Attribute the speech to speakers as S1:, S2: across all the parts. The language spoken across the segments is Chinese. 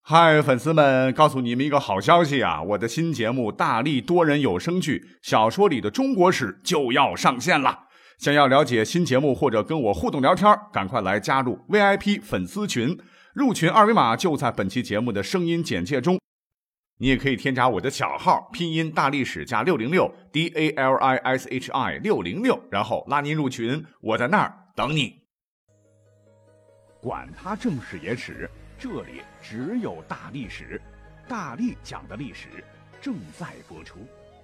S1: 嗨，粉丝们，告诉你们一个好消息啊！我的新节目《大力多人有声剧小说里的中国史》就要上线了。想要了解新节目或者跟我互动聊天，赶快来加入 VIP 粉丝群，入群二维码就在本期节目的声音简介中。你也可以添加我的小号，拼音大历史加606 DALISHI 606，然后拉您入群，我在那儿等你。
S2: 管他正史野史，这里只有大历史，大力讲的历史正在播出。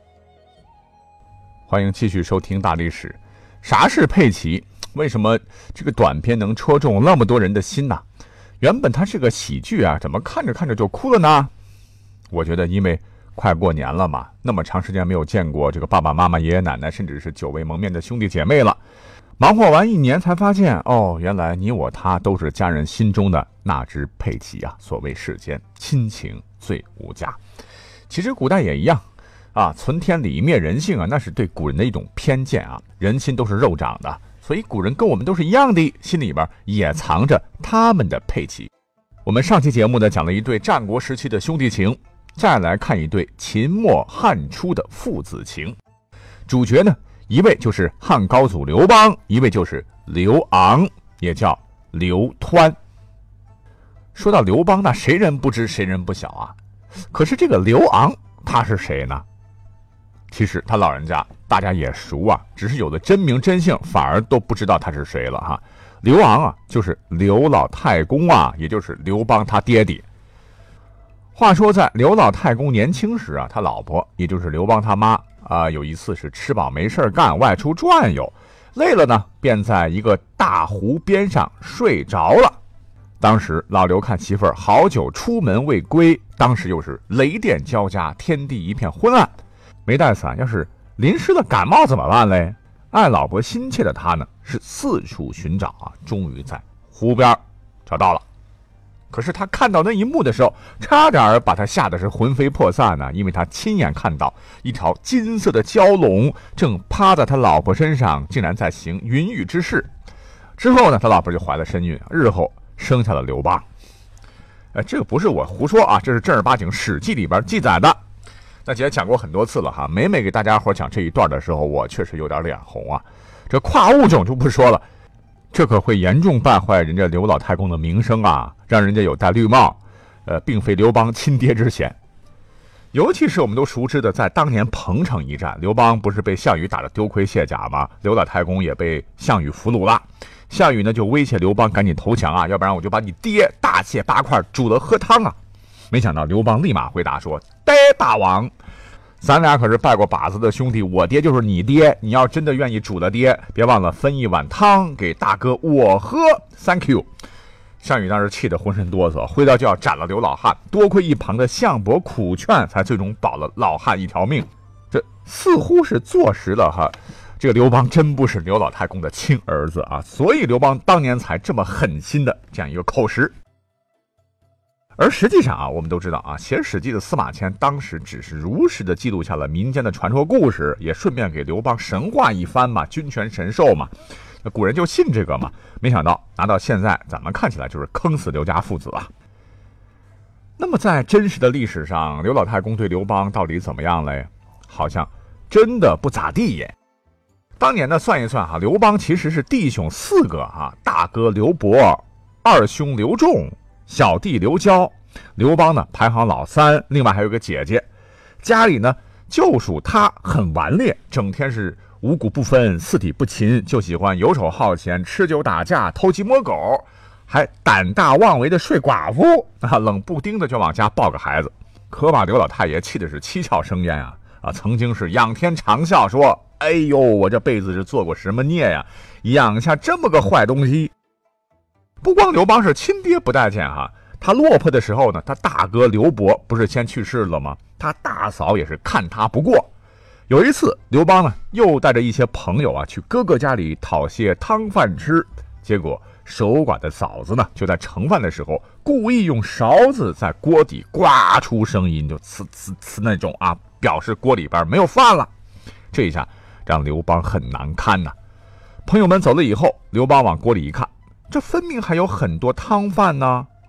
S3: 欢迎继续收听大历史。啥是佩奇？为什么这个短片能戳中那么多人的心呢？原本它是个喜剧啊，怎么看着看着就哭了呢？我觉得因为快过年了嘛，那么长时间没有见过这个爸爸妈妈、爷爷奶奶，甚至是久未谋面的兄弟姐妹了。忙活完一年才发现，哦，原来你我他都是家人心中的那只佩奇啊！所谓世间亲情最无价。其实古代也一样啊，存天理灭人性啊，那是对古人的一种偏见啊。人心都是肉长的，所以古人跟我们都是一样的，心里边也藏着他们的佩奇。我们上期节目呢讲了一对战国时期的兄弟情，再来看一对秦末汉初的父子情。主角呢，一位就是汉高祖刘邦，一位就是刘昂，也叫刘湍。说到刘邦，那谁人不知谁人不晓啊？可是这个刘昂他是谁呢？其实他老人家大家也熟啊，只是有的真名真姓反而都不知道他是谁了哈。刘昂啊，就是刘老太公啊，也就是刘邦他爹爹。话说在刘老太公年轻时啊，他老婆也就是刘邦他妈有一次是吃饱没事干，外出转悠，累了呢，便在一个大湖边上睡着了。当时老刘看媳妇儿好久出门未归，当时又是雷电交加，天地一片昏暗，没带伞，要是淋湿了感冒怎么办嘞？爱老婆心切的他呢，是四处寻找啊，终于在湖边找到了。可是他看到那一幕的时候，差点把他吓得是魂飞魄散呢，因为他亲眼看到一条金色的蛟龙正趴在他老婆身上，竟然在行云雨之事。之后呢，他老婆就怀了身孕，日后生下了刘邦。这个不是我胡说啊，这是正儿八经史记里边记载的。那姐讲过很多次了哈，每给大家伙讲这一段的时候，我确实有点脸红啊。这跨物种就不说了，这可会严重败坏人家刘老太公的名声啊，让人家有戴绿帽，并非刘邦亲爹之嫌。尤其是我们都熟知的，在当年彭城一战，刘邦不是被项羽打得丢盔卸甲吗？刘老太公也被项羽俘虏了。项羽呢就威胁刘邦赶紧投降啊，要不然我就把你爹大卸八块煮了喝汤啊。没想到刘邦立马回答说：呆大王，咱俩可是拜过把子的兄弟，我爹就是你爹，你要真的愿意煮了爹，别忘了分一碗汤给大哥我喝 ，Thank you。项羽当时气得浑身哆嗦，挥刀就要斩了刘老汉，多亏一旁的项伯苦劝，才最终保了老汉一条命。这似乎是坐实了哈，这个刘邦真不是刘老太公的亲儿子啊，所以刘邦当年才这么狠心的这样一个口实。而实际上啊，我们都知道啊，写《史记》的司马迁当时只是如实的记录下了民间的传说故事，也顺便给刘邦神话一番嘛，君权神授嘛，那古人就信这个嘛。没想到拿到现在，咱们看起来就是坑死刘家父子啊。那么在真实的历史上，刘老太公对刘邦到底怎么样嘞？好像真的不咋地耶。当年呢，算一算哈，刘邦其实是弟兄4个哈，大哥刘伯，二兄刘仲，小弟刘交。刘邦呢排行老3，另外还有个姐姐。家里呢就属他很顽劣，整天是五谷不分，四体不勤，就喜欢游手好闲，吃酒打架，偷鸡摸狗，还胆大妄为的睡寡妇啊，冷不丁的就往家抱个孩子，可把刘老太爷气的是七窍生烟啊！曾经是仰天长啸说：“哎呦，我这辈子是做过什么孽呀，养下这么个坏东西！”不光刘邦是亲爹不待见哈，他落魄的时候呢，他大哥刘伯不是先去世了吗？他大嫂也是看他不过。有一次，刘邦呢又带着一些朋友啊去哥哥家里讨些汤饭吃，结果守寡的嫂子呢就在盛饭的时候故意用勺子在锅底刮出声音，就呲呲呲那种啊，表示锅里边没有饭了。这一下让刘邦很难堪呐。朋友们走了以后，刘邦往锅里一看，这分明还有很多汤饭呢。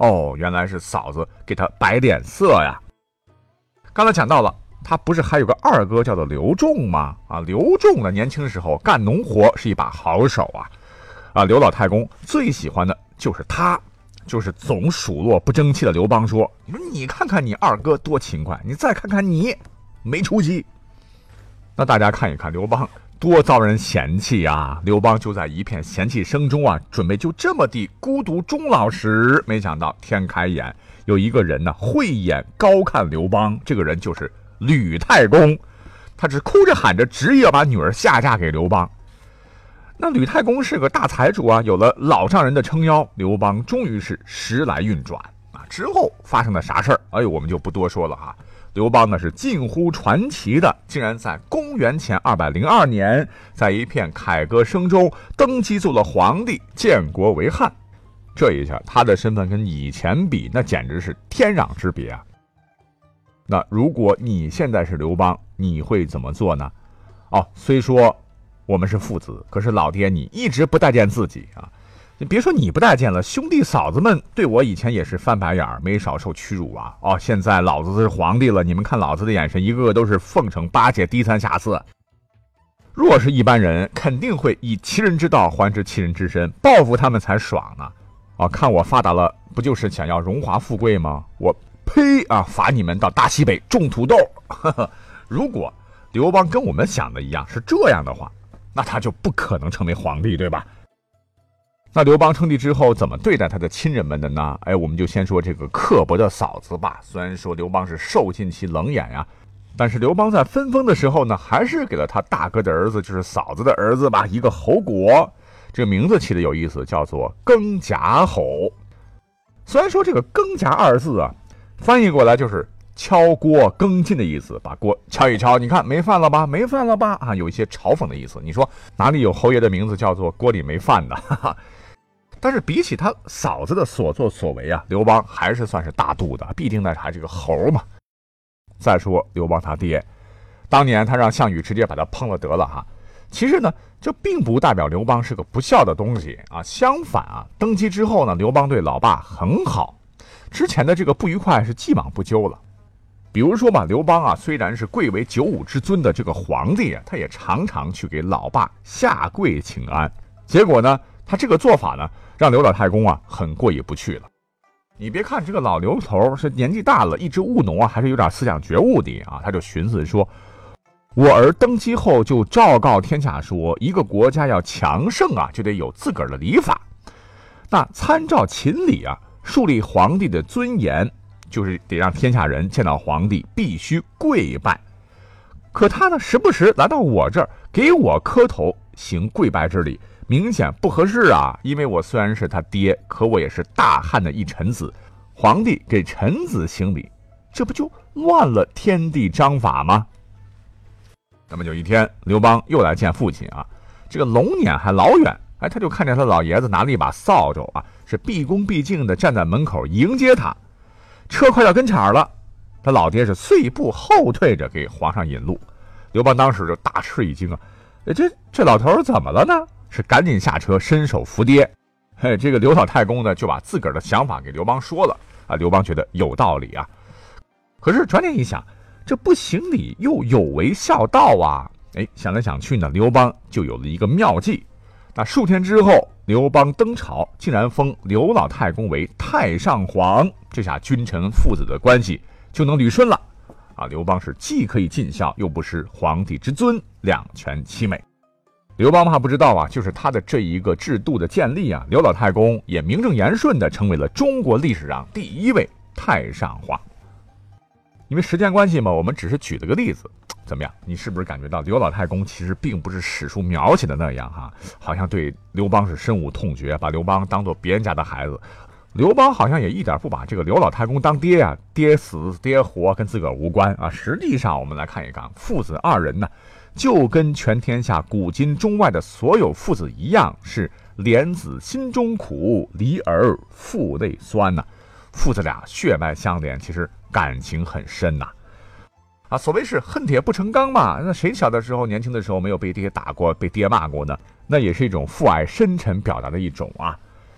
S3: 哦，原来是嫂子给他摆脸色呀。刚才讲到了，他不是还有个二哥叫做刘仲吗？刘仲呢年轻时候干农活是一把好手啊。刘老太公最喜欢的就是他，就是总数落不争气的刘邦说：“你看看你二哥多勤快，你再看看你没出息。”那大家看一看刘邦多遭人嫌弃啊！刘邦就在一片嫌弃声中准备就这么地孤独终老时，没想到天开眼，有一个人呢慧眼高看刘邦，这个人就是吕太公。他只哭着喊着执意要把女儿下嫁给刘邦。那吕太公是个大财主有了老丈人的撑腰，刘邦终于是时来运转之后发生了啥事儿，我们就不多说了刘邦呢是近乎传奇的，竟然在公元前202年，在一片凯歌声中登基做了皇帝，建国为汉。这一下他的身份跟以前比，那简直是天壤之别啊！那如果你现在是刘邦，你会怎么做呢？虽说我们是父子，可是老爹你一直不待见自己你别说你不待见了，兄弟嫂子们对我以前也是翻白眼，没少受屈辱现在老子是皇帝了，你们看老子的眼神，一个个都是奉承巴结，低三下四。若是一般人，肯定会以其人之道还治其人之身，报复他们才爽呢。看我发达了，不就是想要荣华富贵吗？我呸罚你们到大西北种土豆。如果刘邦跟我们想的一样是这样的话，那他就不可能成为皇帝，对吧？那刘邦称帝之后怎么对待他的亲人们的呢？我们就先说这个刻薄的嫂子吧。虽然说刘邦是受尽其冷眼但是刘邦在分封的时候呢，还是给了他大哥的儿子，就是嫂子的儿子吧，一个侯国。这个名字起的有意思，叫做更甲侯。虽然说这个更甲二字翻译过来就是敲锅更进的意思，把锅敲一敲，你看没饭了吧，没饭了吧有一些嘲讽的意思。你说哪里有侯爷的名字叫做锅里没饭的？但是比起他嫂子的所作所为刘邦还是算是大度的，毕竟那还是个猴嘛。再说刘邦他爹，当年他让项羽直接把他烹了得了其实呢，这并不代表刘邦是个不孝的东西相反登基之后呢，刘邦对老爸很好，之前的这个不愉快是既往不咎了。比如说吧，刘邦虽然是贵为95之尊的这个皇帝他也常常去给老爸下跪请安。结果呢，他这个做法呢，让刘老太公很过意不去了。你别看这个老刘头是年纪大了，一直务农还是有点思想觉悟的他就寻思说，我儿登基后就昭告天下说，一个国家要强盛就得有自个儿的礼法。那参照秦礼树立皇帝的尊严，就是得让天下人见到皇帝必须跪拜。可他呢，时不时来到我这儿给我磕头行跪拜之礼，明显不合适因为我虽然是他爹，可我也是大汉的一臣子，皇帝给臣子行礼，这不就乱了天地章法吗？那么有一天，刘邦又来见父亲这个龙辇还老远，他就看见他老爷子拿了一把扫帚是毕恭毕敬的站在门口迎接他。车快到跟前了，他老爹是碎步后退着给皇上引路。刘邦当时就大吃一惊这老头怎么了呢？是赶紧下车伸手扶爹。这个刘老太公呢就把自个儿的想法给刘邦说了刘邦觉得有道理可是转念一想，这不行礼又有违孝道想来想去呢，刘邦就有了一个妙计。那数天之后，刘邦登朝，竟然封刘老太公为太上皇，这下君臣父子的关系就能捋顺了刘邦是既可以尽孝，又不失皇帝之尊，两全其美。刘邦怕不知道就是他的这一个制度的建立刘老太公也名正言顺的成为了中国历史上第一位太上皇。因为时间关系嘛，我们只是举了个例子，怎么样？你是不是感觉到刘老太公其实并不是史书描写的那样好像对刘邦是深恶痛绝，把刘邦当做别人家的孩子。刘邦好像也一点不把这个刘老太公当爹爹死爹活跟自个儿无关实际上我们来看一看，父子二人呢，就跟全天下古今中外的所有父子一样，是怜子心中苦，离儿腹内酸父子俩血脉相连，其实感情很深所谓是恨铁不成钢嘛。那谁小的时候年轻的时候没有被爹打过，被爹骂过呢？那也是一种父爱深沉表达的一种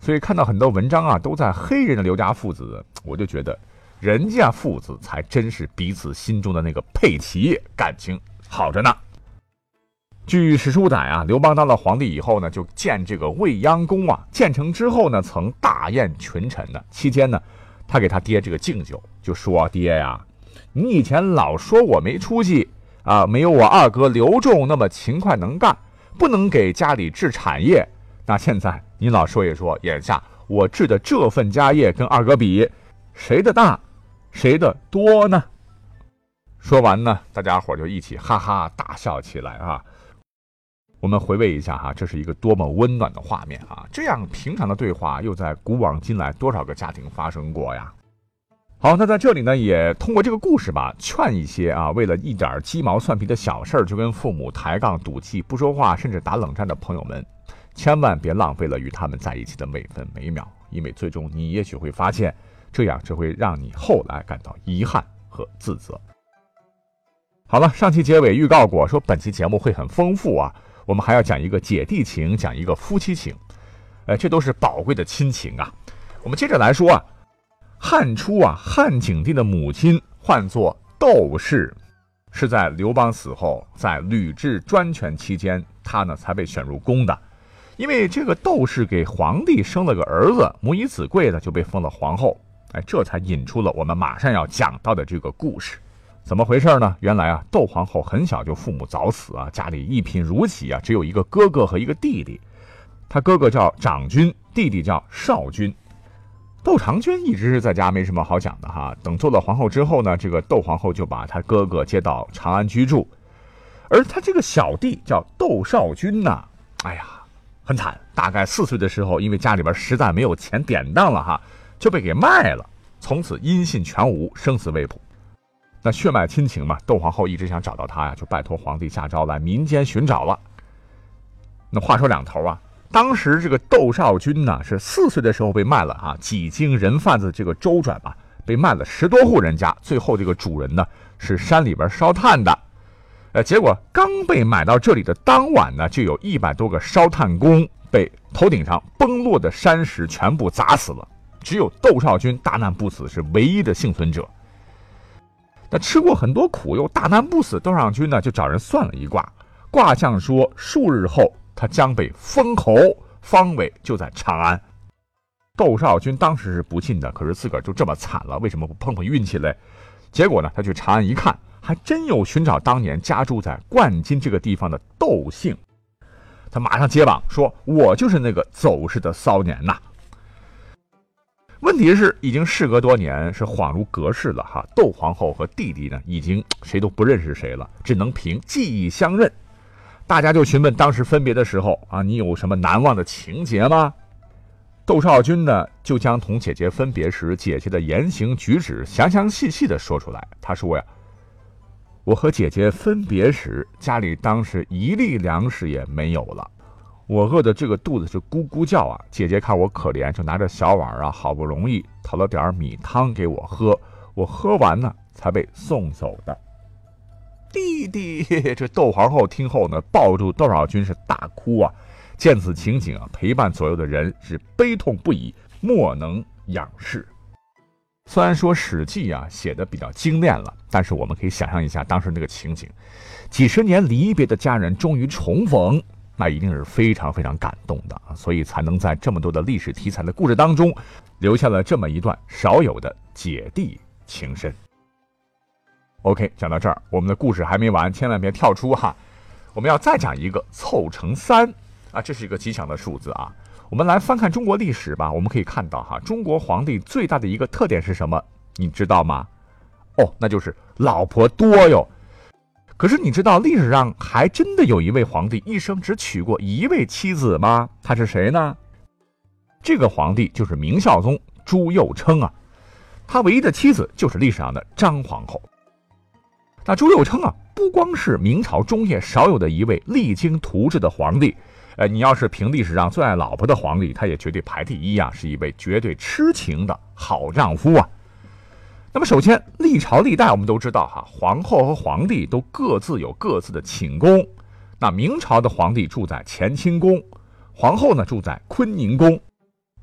S3: 所以看到很多文章啊都在黑人的刘家父子，我就觉得人家父子才真是彼此心中的那个佩奇，感情好着呢。据史书载啊，刘邦当了皇帝以后呢，就建这个未央宫啊。建成之后呢，曾大宴群臣呢。期间呢，他给他爹这个敬酒，就说：“爹呀，你以前老说我没出息啊，没有我二哥刘仲那么勤快能干，不能给家里治产业。那现在您老说一说，眼下我治的这份家业跟二哥比，谁的大，谁的多呢？”说完呢，大家伙就一起哈哈大笑起来啊。我们回味一下哈，这是一个多么温暖的画面啊！这样平常的对话，又在古往今来多少个家庭发生过呀？好，那在这里呢，也通过这个故事吧，劝一些啊，为了一点鸡毛蒜皮的小事儿就跟父母抬杠、赌气、不说话，甚至打冷战的朋友们，千万别浪费了与他们在一起的每分每秒，因为最终你也许会发现，这样只会让你后来感到遗憾和自责。好了，上期结尾预告过，说本期节目会很丰富啊。我们还要讲一个姐弟情，讲一个夫妻情，这都是宝贵的亲情啊。我们接着来说啊，汉初啊，汉景帝的母亲唤作窦氏，是在刘邦死后，在吕雉专权期间，他呢才被选入宫的。因为这个窦氏给皇帝生了个儿子，母以子贵呢，就被封了皇后。这才引出了我们马上要讲到的这个故事。怎么回事呢？原来啊，窦皇后很小就父母早死啊，家里一贫如洗啊，只有一个哥哥和一个弟弟。他哥哥叫长君，弟弟叫少君。窦长君一直是在家没什么好讲的哈。等做了皇后之后呢，这个窦皇后就把他哥哥接到长安居住，而他这个小弟叫窦少君呢，哎呀，很惨。大概4岁的时候，因为家里边实在没有钱典当了哈，就被给卖了，从此音信全无，生死未卜。那血脉亲情嘛，窦皇后一直想找到他呀，就拜托皇帝下诏来民间寻找了。那话说两头啊，当时这个窦少君呢是4岁的时候被卖了啊，几经人贩子这个周转吧，被卖了10多户人家，最后这个主人呢是山里边烧炭的，结果刚被买到这里的当晚呢，就有100多个烧炭工被头顶上崩落的山石全部砸死了，只有窦少君大难不死，是唯一的幸存者。那吃过很多苦又大难不死，窦少君呢就找人算了一卦，卦象说数日后他将被封侯，方位就在长安。窦少君当时是不信的，可是自个儿就这么惨了，为什么不碰碰运气嘞？结果呢，他去长安一看，还真有寻找当年家住在灌津这个地方的窦姓。他马上接榜说，我就是那个走失的骚年呐。问题是已经事隔多年，是恍如隔世了哈。窦皇后和弟弟呢，已经谁都不认识谁了，只能凭记忆相认。大家就询问当时分别的时候啊，你有什么难忘的情节吗？窦少君呢，就将同姐姐分别时姐姐的言行举止详详细细的说出来。他说呀，我和姐姐分别时，家里当时1粒粮食也没有了。我饿的这个肚子是咕咕叫啊！姐姐看我可怜，就拿着小碗啊，好不容易讨了点米汤给我喝，我喝完呢，才被送走的。弟弟，这窦皇后听后呢，抱住窦少君是大哭啊！见此情景啊，陪伴左右的人是悲痛不已，莫能仰视。虽然说《史记》啊写的比较精炼了，但是我们可以想象一下当时那个情景，几十年离别的家人终于重逢。那一定是非常非常感动的，所以才能在这么多的历史题材的故事当中，留下了这么一段少有的姐弟情深。OK， 讲到这儿，我们的故事还没完，千万别跳出哈。我们要再讲一个凑成3啊，这是一个吉祥的数字啊。我们来翻看中国历史吧，我们可以看到哈，中国皇帝最大的一个特点是什么？你知道吗？那就是老婆多哟。可是你知道历史上还真的有一位皇帝一生只娶过1位妻子吗？他是谁呢？这个皇帝就是明孝宗朱佑樘啊，他唯一的妻子就是历史上的张皇后。那朱佑樘啊，不光是明朝中叶少有的一位励精图治的皇帝，你要是评历史上最爱老婆的皇帝，他也绝对排第1啊，是一位绝对痴情的好丈夫啊。那么首先，历朝历代我们都知道哈，皇后和皇帝都各自有各自的寝宫。那明朝的皇帝住在乾清宫，皇后呢住在坤宁宫。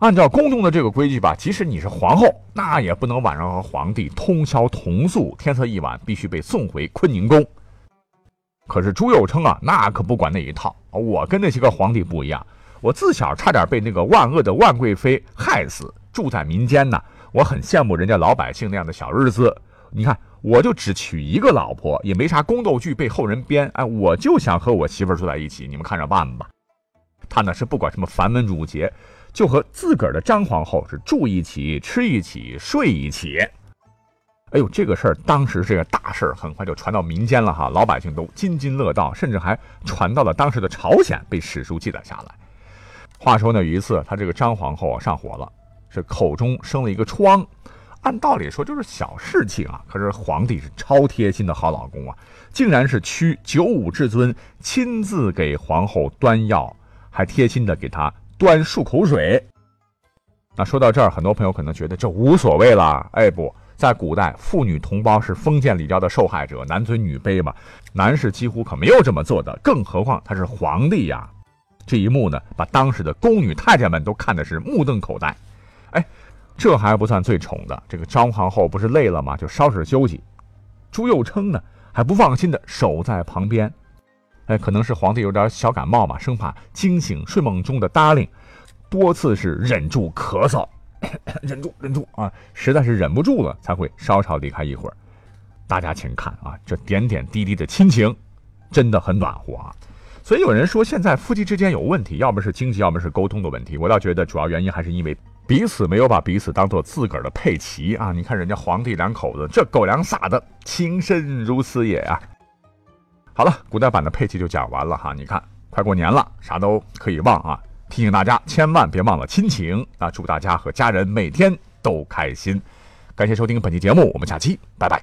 S3: 按照宫中的这个规矩吧，即使你是皇后，那也不能晚上和皇帝通宵同宿，天色一晚必须被送回坤宁宫。可是朱佑樘啊，那可不管那一套。我跟那些个皇帝不一样，我自小差点被那个万恶的万贵妃害死，住在民间呢。我很羡慕人家老百姓那样的小日子。你看，我就只娶一个老婆，也没啥宫斗剧被后人编，我就想和我媳妇住在一起，你们看着办吧。他呢是不管什么繁文缛节，就和自个儿的张皇后是住一起、吃一起、睡一起。哎呦，这个事儿当时这个大事儿很快就传到民间了哈，老百姓都津津乐道，甚至还传到了当时的朝鲜，被史书记载下来。话说呢，有一次他这个张皇后上火了，是口中生了一个疮，按道理说就是小事情啊，可是皇帝是超贴心的好老公啊，竟然是屈九五至尊亲自给皇后端药，还贴心的给她端漱口水。那说到这儿，很多朋友可能觉得这无所谓了，不，在古代妇女同胞是封建礼教的受害者，男尊女卑嘛，男士几乎可没有这么做的，更何况他是皇帝呀。这一幕呢，把当时的宫女太监们都看的是目瞪口呆。这还不算最宠的，这个张皇后不是累了吗？就稍事休息。朱佑樘呢还不放心的守在旁边。可能是皇帝有点小感冒嘛，生怕惊醒睡梦中的答令，多次是忍住咳嗽，忍住啊，实在是忍不住了，才会稍稍离开一会儿。大家请看啊，这点点滴滴的亲情，真的很暖和啊。所以有人说现在夫妻之间有问题，要么是经济，要么是沟通的问题。我倒觉得主要原因还是因为彼此没有把彼此当做自个儿的配齐啊！你看人家皇帝两口子，这狗粮撒的情深如此也啊！好了，古代版的配齐就讲完了哈。你看，快过年了，啥都可以忘啊！提醒大家千万别忘了亲情啊！祝大家和家人每天都开心。感谢收听本期节目，我们下期拜拜。